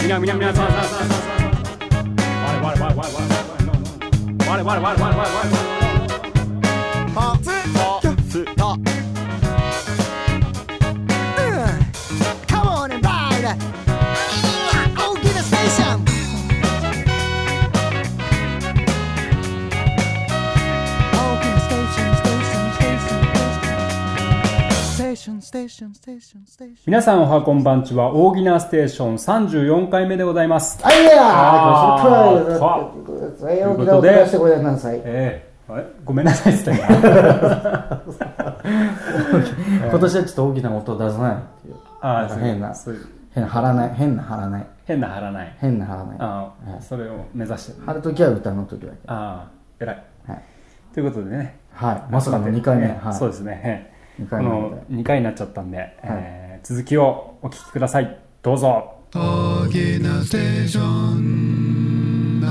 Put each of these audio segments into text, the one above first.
皆さんおはこんばんちは。大喜なステーション34回目でございます。 ということで、 ごめんなさいって言った今年はちょっと大きな音を出さないっていう。変な張らない。 それを目指してる、 張るときは歌のときだけ。 偉い、はい、ということでね、 はい、まさかの2回目、 そうですね、この2回になっちゃったんで、続きをお聞きください。どうぞ。大きなステーション。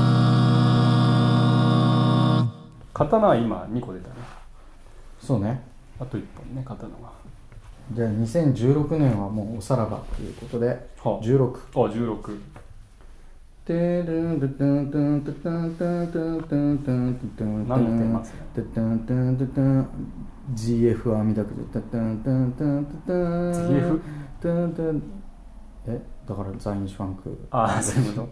刀は今2個出たね。 そうね。 あと1本ね、刀が。 じゃあ2016年はもうおさらばということで、16。 16。何のテーマですか？ GF は見たくて GF？ だからザイニッシュファンク。 そういうこと。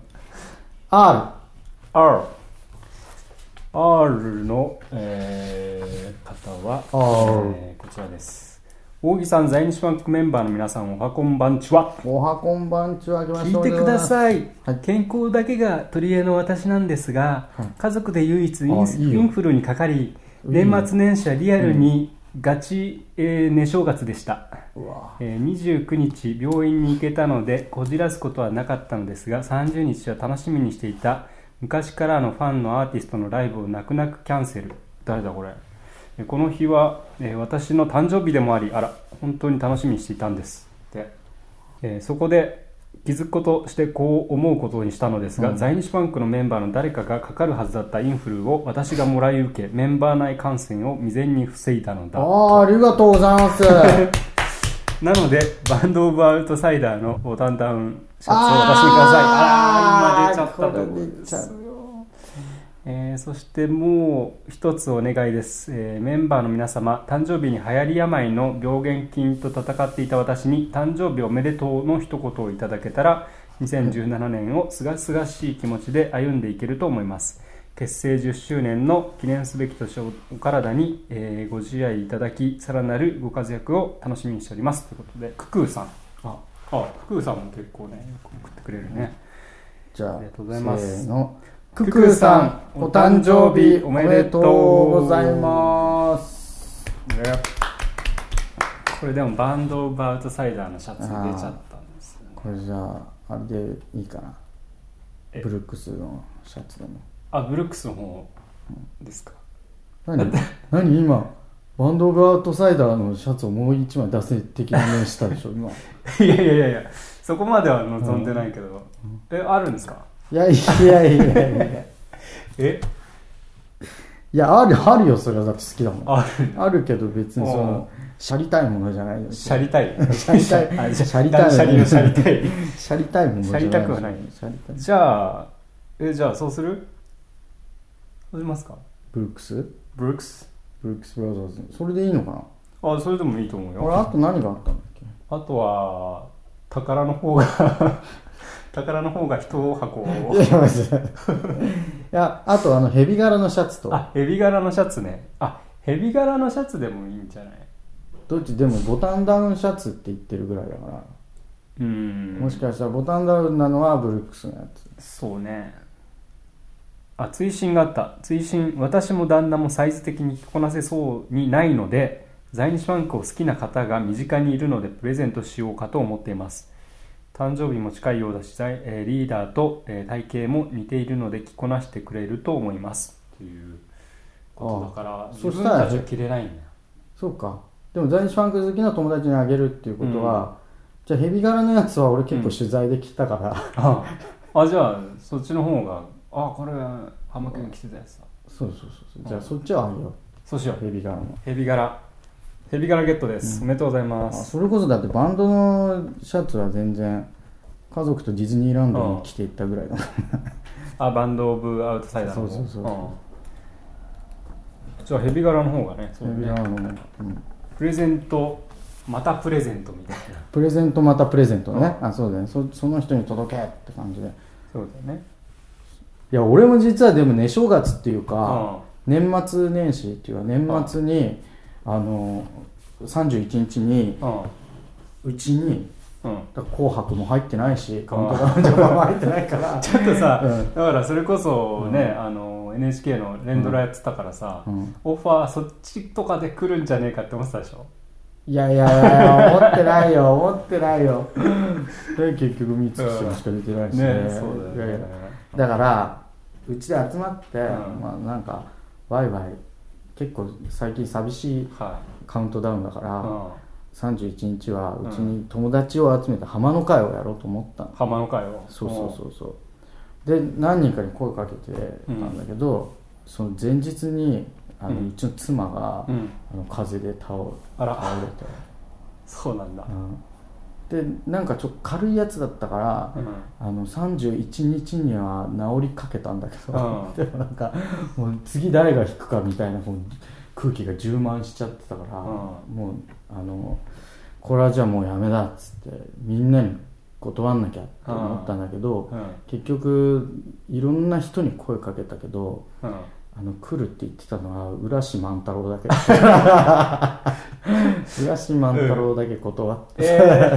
R の、方は、こちらです。大木さん、ザイニッシュファンクメンバーの皆さん、おはこんばんちは。 おはこんばんちは。 聞いてください、健康だけが取り柄の私なんですが、家族で唯一インフルにかかり、年末年始はリアルにガチ、寝正月でした。29日病院に行けたのでこじらすことはなかったのですが、30日は楽しみにしていた昔からのファンのアーティストのライブを泣く泣くキャンセル。誰だこれ。この日は、私の誕生日でもあり、本当に楽しみにしていたんですで、そこで気づくことしてこう思うことにしたのですが、ザイニッシュファンクのメンバーの誰かがかかるはずだったインフルを私がもらい受け、メンバー内感染を未然に防いだのだ。 ありがとうございますなのでバンドオブアウトサイダーのボタンダウンシャツを私にください。今出ちゃったところですよ。そしてもう一つお願いです。メンバーの皆様、誕生日に流行り病の病原菌と戦っていた私に誕生日おめでとうの一言をいただけたら、2017年をすがすがしい気持ちで歩んでいけると思います。結成10周年の記念すべき年をお体に、ご自愛いただき、さらなるご活躍を楽しみにしております。ということで、ククーさん。ククーさんも結構ね、よく送ってくれるね。 じゃあ、 ありがとうございます。 ククーさん、お誕生日おめでとうございます。 これでもバンドオブアウトサイダーのシャツ出ちゃったんですよね。 これじゃあ、あれでいいかな。ブルックスのシャツでも。 ブルックスの方ですか。 何今バンドオブアウトサイダーのシャツをもう一枚出せ的な目したでしょ今。 いやそこまでは望んでないけど、あるんですか。 いやあるよ。それはだって好きだもん。あるけど別にそのシャリたいものじゃないよ。 シャリたいものじゃない。 シャリたくはない。じゃあそうする？そうしますか。 ブルックスブラザーズ。それでいいのかな。 それでもいいと思うよ。 あと何があったんだっけ。 あとは宝の方が一箱を。 あとヘビ柄のシャツと。 ヘビ柄のシャツね。ヘビ柄のシャツでもいいんじゃない。 どっちでもボタンダウンシャツって言ってるぐらいだから、もしかしたらボタンダウンなのはブルックスのやつ。 そうね。追伸があった。私も旦那もサイズ的に着こなせそうにないので、ザイニッシュファンクを好きな方が身近にいるのでプレゼントしようかと思っています。誕生日も近いようだし、リーダーと体型も似ているので着こなしてくれると思いますということだから、自分たちは着れないんだよ。 そうか。でもザイニッシュファンク好きな友達にあげるっていうことは、じゃあヘビ柄のやつは俺結構取材で着たから、 じゃあそっちの方がこれは浜君着てたやつだ。そうじゃあそっちはあげよう。 そうしよう。 ヘビ柄ゲットです。おめでとうございます。 それこそだってバンドのシャツは全然家族とディズニーランドに来て行ったぐらいだあ、バンド・オブ・アウトサイダーの方。 そう、 じゃあヘビ柄の方がね、 ヘビ柄の、 プレゼントまたプレゼントみたいな。 プレゼントまたプレゼントね、あ、そうだね、その人に届けって感じで。 そうだね。 いや俺も実はでもね、正月っていうか、年末年始っていうか年末に31日にうちに、紅白も入ってないし、カウントダウンジャパンも入ってないからちょっとさ、だからそれこそね、NHK の連ドラやってたからさ、オファーそっちとかで来るんじゃねえかって思ってたでしょ。 いや思ってないよで結局3つしか出てないしね。 そうだよね。 だからうちで集まって、まあなんかワイワイ、結構最近寂しいカウントダウンだから、31日はうちに友達を集めて浜の会をやろうと思ったの。 浜の会を。 そうで何人かに声かけてたんだけど、その前日にうちの妻が、風邪で倒れて。 そうなんだ。 でなんかちょっと軽いやつだったから、31日には治りかけたんだけど、でもなんかもう次誰が引くかみたいな空気が充満しちゃってたから、もうこれはじゃあもうやめだっつってみんなに断んなきゃって思ったんだけど、結局いろんな人に声かけたけど、来るって言ってたのは浦島万太郎だけ浦島万太郎だけ断って、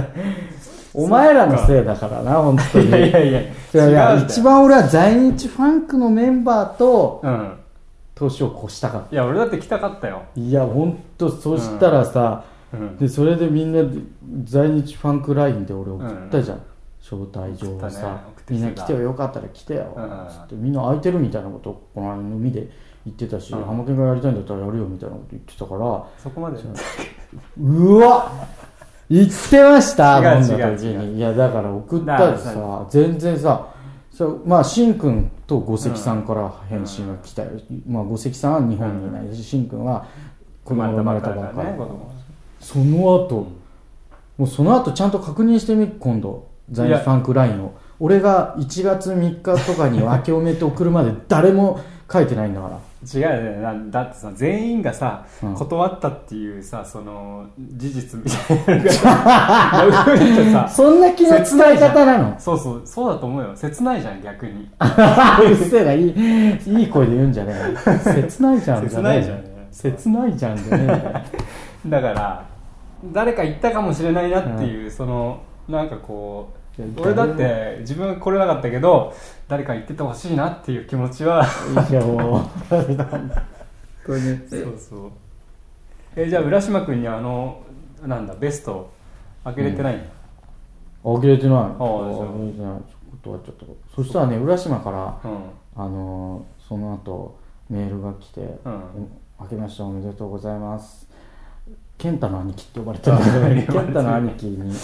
お前らのせいだからな本当に。いや一番俺は在日ファンクのメンバーと年を越したかった。 いや俺だって来たかったよ。 いや本当、そしたらさ、でそれでみんなで在日ファンクラインで俺送ったじゃん、招待状をさ、みんな来てよ、よかったら来てよつって、みんな空いてるみたいなことをこの海で言ってたし、ハマケンがやりたいんだったらやるよみたいなこと言ってたから、 そこまでうわ言ってました飲んだ時に。いやだから送ったらさ、全然さ、まあしんくんと五関さんから返信が来たよ。まあ五関さんは日本にいないし、しんくんは子供が生まれたばっかり。その後もうその後ちゃんと確認してみ、今度在日ファンクラインを。俺が1月3日とかに明けおめって送るまで誰も書いてないんだから。 違うよね。だってさ、全員がさ、断ったっていうさ、その事実みたいなのがさそんな気の伝え方なの。 そうだと思うよ。切ないじゃん逆に。 うっせえな、いい声で言うんじゃねえ。切ないじゃんじゃねえ。切ないじゃんじゃねえ。だから誰か言ったかもしれないなっていう、そのなんかこう、俺だって自分来れなかったけど誰か言っててほしいなっていう気持ちは。 いやもうこれね。 じゃあ浦島君になんだベスト開けれてないんだ。 開けれてない。断っちゃった。そしたらね、浦島から、その後メールが来て、開けましたおめでとうございます、健太の兄貴って呼ばれてるんだけど、健太の兄貴に、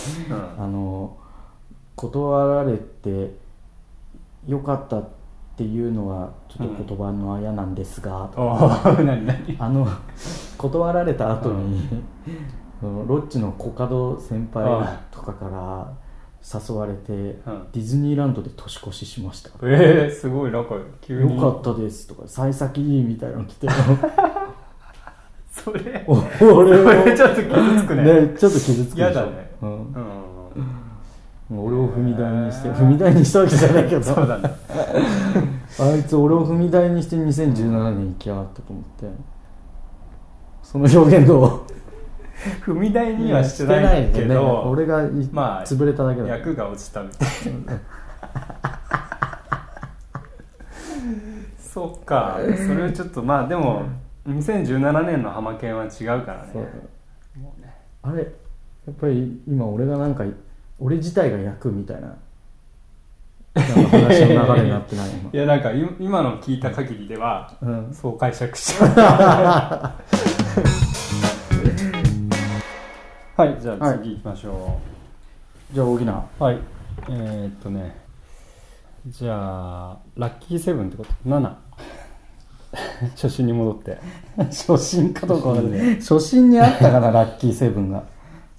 断られてよかったっていうのはちょっと言葉のあやなんですが、断られた後に、ロッチのコカド先輩とかから誘われて、ディズニーランドで年越ししました。 すごい、なんか急によかったですとか幸先いいみたいなの来てそれ俺ちょっと傷つくね。 ちょっと傷つくでしょ。 嫌だね。 俺を踏み台にしたわけじゃないけどそうだねあいつ俺を踏み台にして2017年行きやがったと思って、その表現どう？ 踏み台にはしてないけど、ね、 俺が潰れただけだ、 役が落ちたみたいなそっか、それはちょっとまあでも2017年のハマケンは違うからね。 もうね、あれやっぱり今俺がなんか俺自体が役みたいな話の流れになってないいやなんか今の聞いた限りでは、そう解釈しちゃうはい、じゃあ次行きましょう。じゃあ大きな。 はい。じゃあラッキーセブンってこと7初心に戻って初心かどうかわかんない。初心にあったかなラッキーセブンが。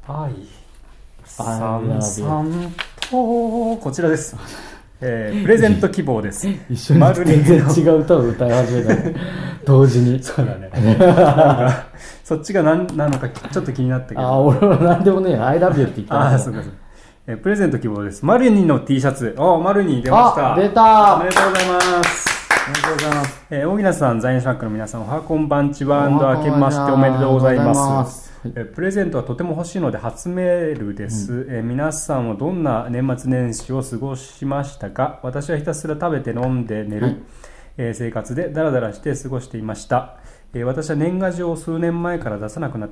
愛さんさんとこちらです。プレゼント希望です。 一緒に全然違う歌を歌い始めたね。同時に。 そうだね。なんかそっちが何なのかちょっと気になったけど。 俺は何でもね、I love you って言ったそうかそうか。プレゼント希望です。マルニの T シャツ。マルニ出ました。 出た。 おめでとうございます。 おめでとうございます。 大木さん、ザインシャックの皆さん、おはこんばんちは明けましておめでとうございます。プレゼントはとても欲しいので初メールです、皆さんはどんな年末年始を過ごしましたか？私はひたすら食べて飲んで寝る、生活でダラダラして過ごしていました。私は年賀状を数年前から出さなくなって、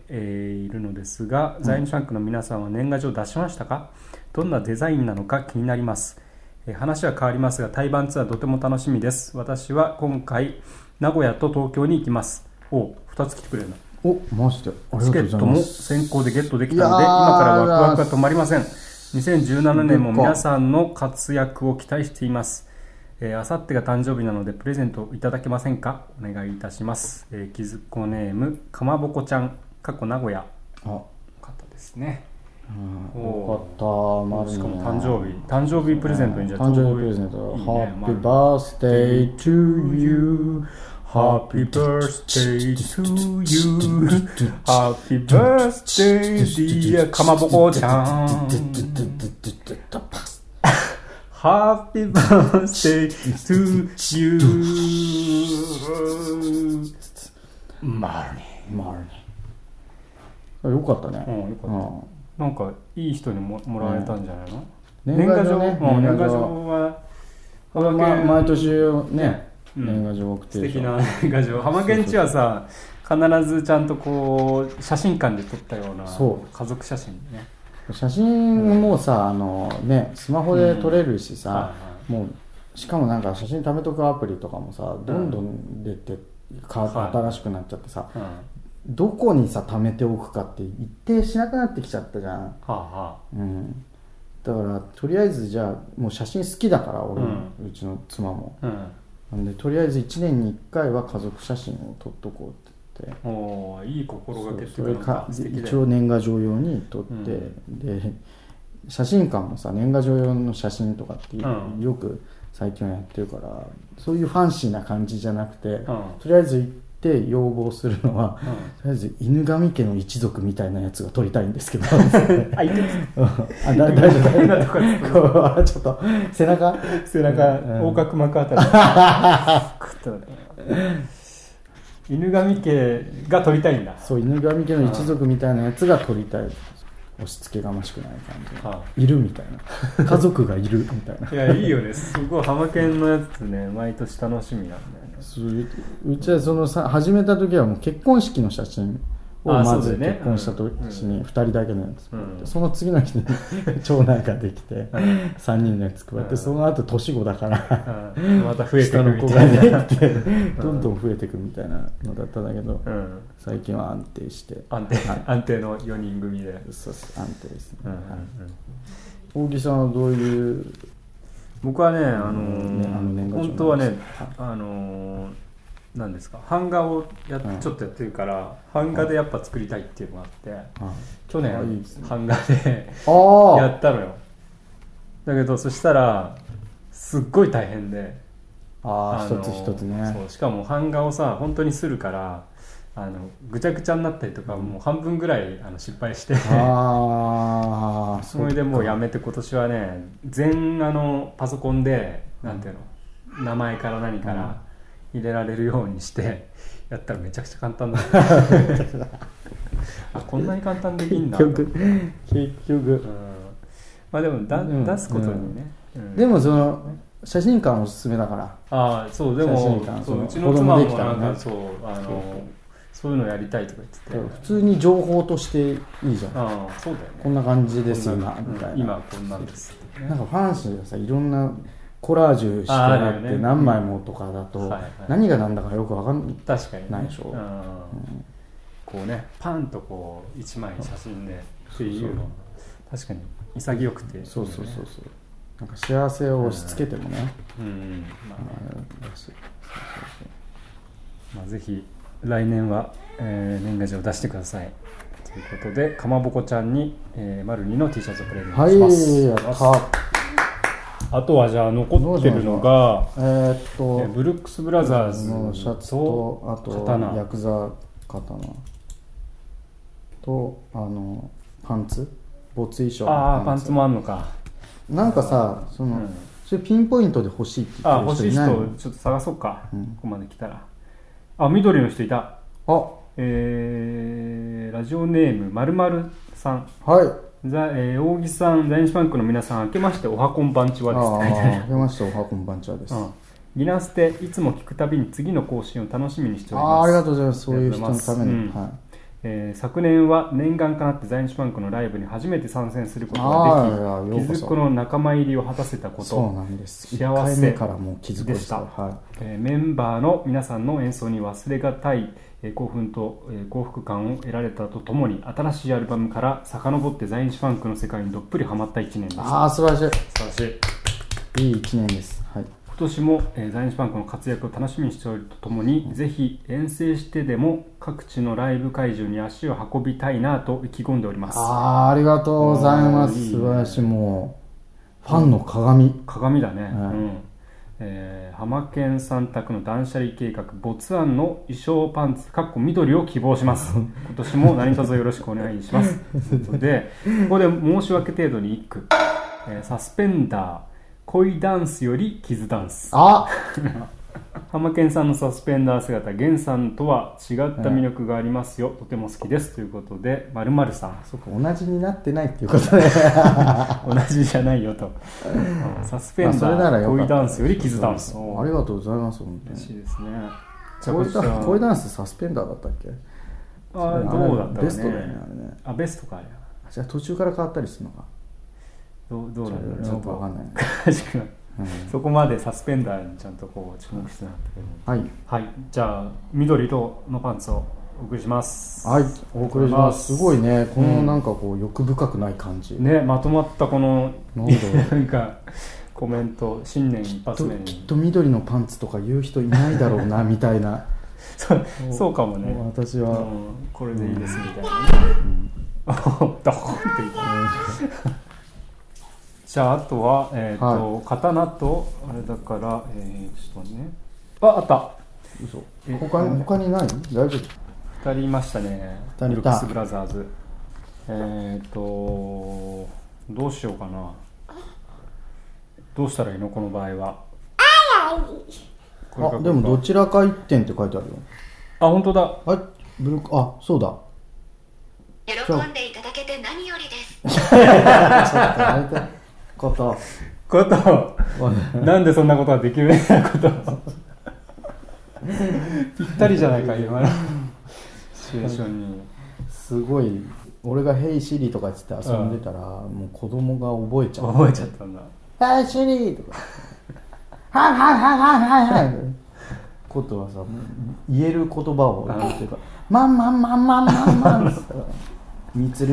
いるのですが、ザインシャンクの皆さんは年賀状を出しましたか？どんなデザインなのか気になります。話は変わりますが、対バンツアーとても楽しみです。私は今回名古屋と東京に行きます。2つ来てくれるな。 マジでチケットも先行でゲットできたので、今からワクワクが止まりません。2017年も皆さんの活躍を期待しています。あさってが誕生日なのでプレゼントいただけませんか？お願いいたします。きずこネームかまぼこちゃん名古屋方ですね。 よかった。 しかも誕生日プレゼントにじゃ誕生日プレゼント。Happy birthday to you. Happy birthday to you. Happy birthday dear かまぼこちゃん。Happy birthday to you. マーニー。よかったね。 よかった。なんかいい人に もらえたんじゃないの？ 年賀状ね。 年賀状は毎年ね。年賀状送ってる。 素敵な年賀状。浜県地はさ、必ずちゃんとこう写真館で撮ったような家族写真ね。 写真もさ、スマホで撮れるしさ、もうしかもなんか写真貯めとくアプリとかもさ、どんどん出て新しくなっちゃってさ、どこにさ貯めておくかって一定しなくなってきちゃったじゃん。だからとりあえずじゃあもう写真好きだから俺、うちの妻も。なんでとりあえず1年に1回は家族写真を撮っとこうって言って、 いい心がけってそれか一応年賀状用に撮って、で写真館もさ年賀状用の写真とかってよく最近はやってるから、そういうファンシーな感じじゃなくて、とりあえず行って要望するのは、とりあえず犬神家の一族みたいなやつが撮りたいんですけど大丈夫大丈夫ちょっと背中横隔膜あたり犬神家が撮りたいんだ。 そう、犬神家の一族みたいなやつが撮りたい。押し付けがましくない感じ、いるみたいな家族がいるみたいな。 いやいいよね、すごい浜県のやつね、毎年楽しみなんだよね。 うちはその始めた時はもう結婚式の写真をまず結婚した時に2人だけのやつ配って、その次の日に長男ができて3人のやつ配って、その後年子だからまた増えてくみたいな、下の子ができてどんどん増えていくみたいなのだったんだけど、最近は安定して安定の4人組で。 そう安定ですね。大木さんはどういう？ 僕はね、本当はね、なんですか、版画をちょっとやってるから、版画でやっぱ作りたいっていうのがあって、去年版画でやったのよ。だけどそしたらすっごい大変で、 一つ一つね。 そう、しかも版画をさ本当にするからぐちゃぐちゃになったりとか、もう半分ぐらい失敗してそれでもうやめて、今年はね全パソコンでなんていうの、名前から何から入れられるようにしてやったらめちゃくちゃ簡単だこんなに簡単できんだ結局、 まあでも出すことにね、 でもその写真館おすすめだから。 そうでもうちの妻もなんかそういうのやりたいとか言ってて、 普通に情報としていいじゃん。 そうだよね、 こんな感じです今みたいな。 今こんなんです、 なんかファンシーがさ、いろんなコラージュしてあって何枚もとかだと何が何だかよく分かんないでしょ。こうね、パンとこう1枚写真でっていうの確かに潔くて、 そうなんか幸せを押し付けてもね、 ぜひ来年は年賀状を出してくださいとということでかまぼこちゃんに、丸2の T シャツをプレゼントします。 やった。 あとはじゃあ残ってるのがブルックスブラザーズのシャツと、あとヤクザ刀とパンツ、没衣装のパンツもあんのか。 なんかさ、それピンポイントで欲しいって言ってる人いないの？ 欲しい人ちょっと探そうか、ここまで来たら。緑の人いた。ラジオネームまるまるさん。 はい。 大木さん、在日ファンクの皆さん、明けましておはこんばんちはですね。 明けましておはこんばんちはです。 ギナステいつも聞くたびに次の更新を楽しみにしております。 ありがとうございます。そういう人のために。 昨年は念願かなって在日ファンクのライブに初めて参戦することができ、気づくの仲間入りを果たせたこと、 そうなんです。 幸せでした。 メンバーの皆さんの演奏に忘れがたい興奮と幸福感を得られたとともに、新しいアルバムから遡って在日ファンクの世界にどっぷりハマった1年でした。 素晴らしい。いい1年です。はい。 今年も在日ファンクの活躍を楽しみにしておるとともに、ぜひ遠征してでも各地のライブ会場に足を運びたいなと意気込んでおります。 ありがとうございます。素晴らしい。もうファンの鏡だね。浜県さん宅の断捨離計画、ボツアンの衣装パンツ緑を希望します。今年も何卒よろしくお願いします。で、ここで申し訳程度に一句、サスペンダー恋ダンスよりキズダンス。浜健さんのサスペンダー姿、源さんとは違った魅力がありますよ、とても好きですということで、まるまるさん。 そうか、同じになってないっていうことで同じじゃないよと。サスペンダー恋ダンスよりキズダンス。 ありがとうございます。本当に嬉しいですね。 恋ダンスサスペンダーだったっけ？ どうだったかね。 ベストだよね、あれね。 ベストかあれ。 じゃあ途中から変わったりするのか。 どうなんだろう、 ちょっと分かんない。 そこまでサスペンダーにちゃんとこう注目してなかったけど、 はい、 じゃあ緑とのパンツをお送りします。 はい、お送りします。すごいね、このなんかこう欲深くない感じね、まとまったこのなんかコメント、新年一発目にきっと緑のパンツとか言う人いないだろうなみたいなそうかもね。 私はこれでいいですみたいなね。ドコンって言ったじゃあ、あとは、刀と、あれだから、ちょっとね。あった。 嘘。他にない？大丈夫？ 2人いましたね。ブルックスブラザーズ。どうしようかな。どうしたらいいのこの場合は。 でもどちらか1点って書いてあるよ。 本当だ。 そうだ。 喜んでいただけて何よりです。 ことなんでそんなことができるようなことぴったりじゃないか今のシチュエーションに。 すごい俺がヘイシリとか言って遊んでたら、もう子供が覚えちゃったんだ。 ヘイシリとかはいことはさ、言える言葉を言ってるからマンみつる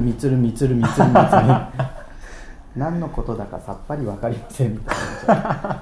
何のことだかさっぱり分かりませんみたいな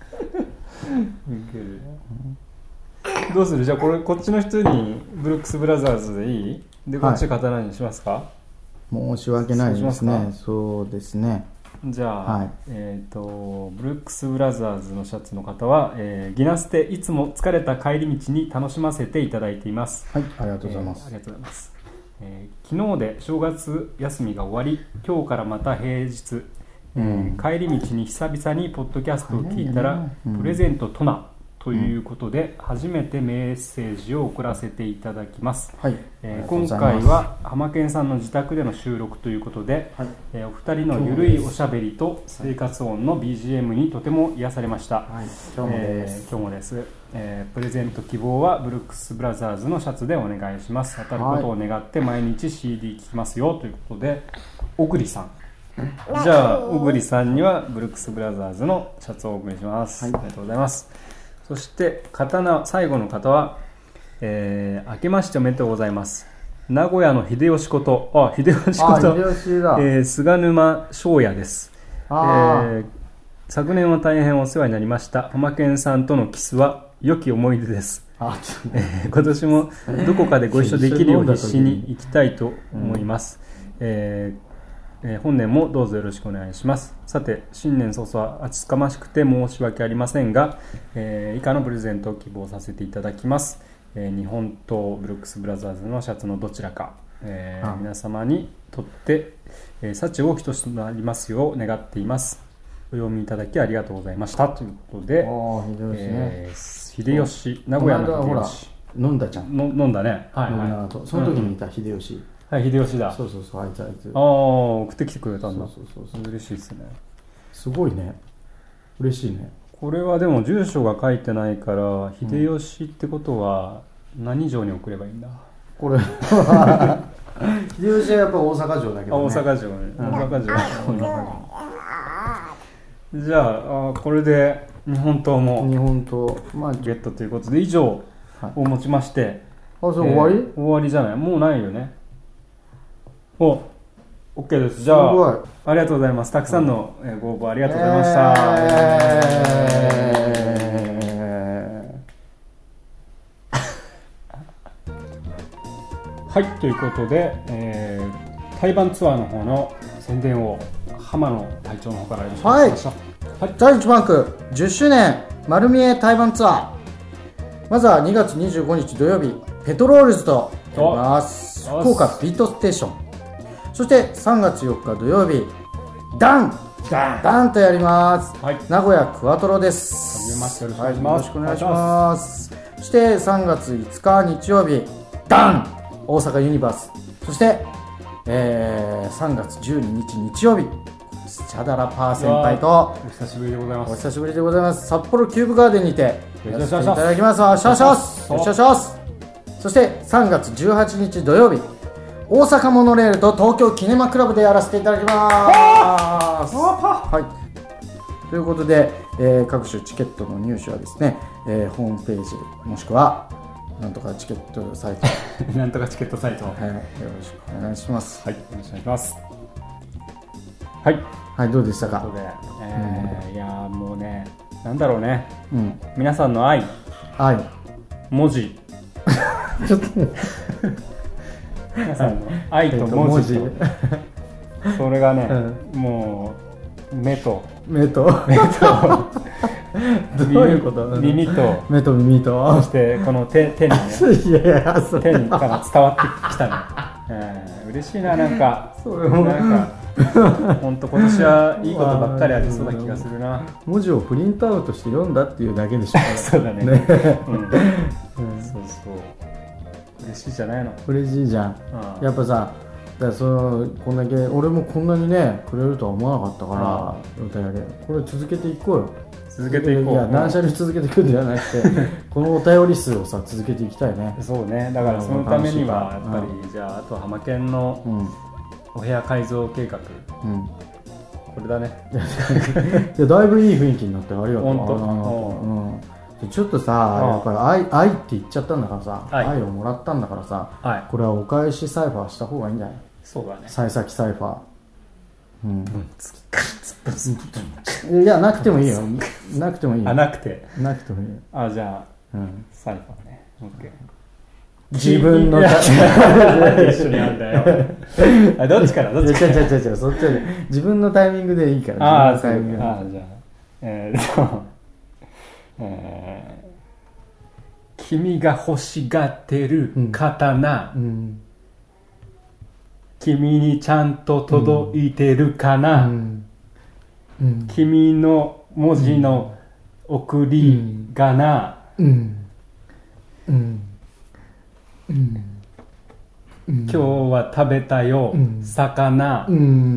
どうする？じゃあこっちの人にブルックスブラザーズでいい？でこっち刀にしますか？ 申し訳ないですね。そうですね。 じゃあ、ブルックスブラザーズのシャツの方は、ギナステいつも疲れた帰り道に楽しませていただいています。 はい、ありがとうございます。 ありがとうございます。昨日で正月休みが終わり、今日からまた平日、帰り道に久々にポッドキャストを聞いたら、プレゼントとなということで、初めてメッセージを送らせていただきます。今回は浜健さんの自宅での収録ということで、お二人のゆるいおしゃべりと生活音の BGM にとても癒されました。今日もです。プレゼント希望はブルックスブラザーズのシャツでお願いします。当たることを願って毎日 CD 聴きますよということで、小栗さん。じゃあ小栗さんにはブルックスブラザーズのシャツをお送りします。ありがとうございます。そして最後の方は、明けましておめでとうございます。名古屋の秀吉こと菅沼翔也です。昨年は大変お世話になりました。浜健さんとのキスは良き思い出です。 今年もどこかでご一緒できるようにしに行きたいと思います。本年もどうぞよろしくお願いします。さて、新年早々厚かましくて申し訳ありませんが、以下のプレゼントを希望させていただきます。日本とブルックスブラザーズのシャツのどちらか、皆様にとって、幸大きとしてなりますよう願っています。お読みいただきありがとうございましたということで、秀吉、名古屋の秀吉飲んだじゃん。 飲んだね。はいはい。 その時にいた秀吉。 はい、秀吉だ。 そうそうそう、あいつ。 送ってきてくれたんだ。 そう嬉しいですね。 すごいね。嬉しいね。 これはでも住所が書いてないから、秀吉ってことは何城に送ればいいんだ。 これ秀吉はやっぱ大阪城だけどね。 大阪城ね。大阪城。じゃあこれで日本刀もゲットということで、以上をもちまして、 それ終わり？ 終わりじゃない？もうないよね。OK です。じゃあありがとうございます。たくさんのご応募ありがとうございました。はい、ということで、対バンツアーの方の宣伝を浜野隊長の方からよろしくお願いします。 はい、第1バンク10周年丸見え対バンツアー、まずは2月25日土曜日ペトロールズとやります。福岡ビートステーション。そして3月4日土曜日ダンとやります、はい、名古屋クワトロです。 よろしくお願いします。 そして3月5日日曜日ダン大阪ユニバース。そして、3月12日日曜日チャダラパー先輩とお久しぶりでございます。 お久しぶりでございます。札幌キューブガーデンにてやらせていただきます。お願いします。そして3月18日土曜日大阪モノレールと東京キネマクラブでやらせていただきます。はい、ということで、各種チケットの入手はですね、ホームページもしくはなんとかチケットサイトなんとかチケットサイト、 よろしくお願いします。 はい、よろしくお願いします。はい、 どうでしたか。 いやもうね、なんだろうね、皆さんの愛文字ちょっと皆さんの愛と文字とそれがね、もう目とどういうこと？ 耳と目と耳と、 そしてこの手にね手にから伝わってきたね。嬉しいな、なんか本当今年はいいことばっかりありそうな気がするな。 文字をプリントアウトして読んだっていうだけでしょ。 そうだね。そう嬉しいじゃないの。 嬉しいじゃん。やっぱさ、だからこんだけ俺もこんなにねくれるとは思わなかったから、お便りこれ続けていこうよ。 続けていこう。 いや、断捨離続けていくんじゃなくてこのお便り数をさ続けていきたいね。 そうね。だからそのためにはやっぱり、じゃああと浜県のお部屋改造計画、これだね。 いや、だいぶいい雰囲気になってありがとう。本当。ちょっとさ、やっぱり愛って言っちゃったんだからさ、愛をもらったんだからさ、これはお返しサイファーした方がいいんじゃない？ そうだね。 幸先サイファー。いや、なくてもいいよ。なくてもいいよ。 なくてもいいよ。じゃあ、サイファーね。OK。 自分の一緒にやんだよ。どっちから違う、 そっちで自分のタイミングでいいから。 じゃあ君が欲しがってる刀、君にちゃんと届いてるかな、君の文字の送り仮名、今日は食べたよ、魚、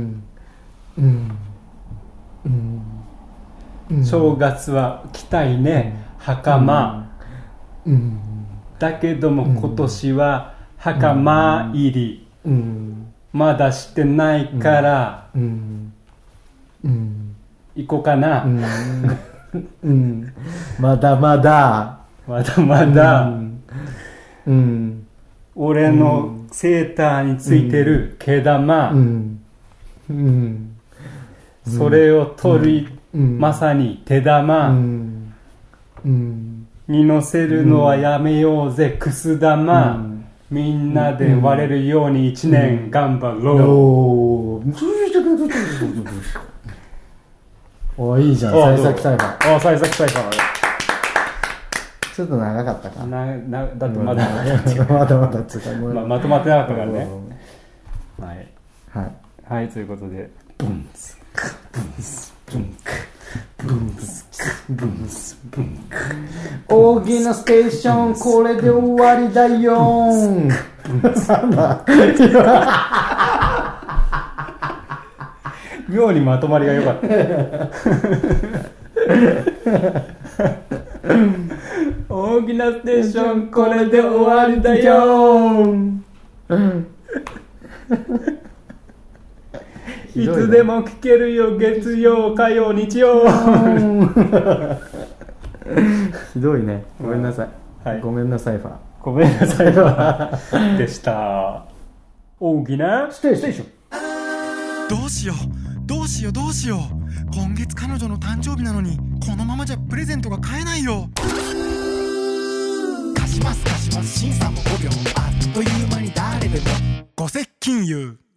正月は来たいね、袴、だけども今年は袴入り、まだしてないから、行こうかな、 まだまだ、 俺のセーターについてる毛玉、それを取り、まさに手玉、 に乗せるのはやめようぜ、くす玉、みんなで割れるように1年頑張ろう。 お、いいじゃん、幸先サイファー。 あ、幸先サイファー。 ちょっと長かったか。 だってまだまとまってなかったからね。はい。 はい。 はい、ということで。ブンス、ブンス、ブンク、ブンス、ブンス、ブンク。 大きなステーション、これで終わりだよー。なんだ妙にまとまりが良かった。大きなステーション、これで終わりだよー。いつでも聴けるよ、月曜、火曜、日曜。 ひどいね。ごめんなさい。 はい、 ごめんなさいファー。 ごめんなさいファーでした。大きなステーション。 どうしようどうしようどうしよう。今月彼女の誕生日なのにこのままじゃプレゼントが買えないよ。貸します審査も5秒、あっという間に誰でもご接近言う。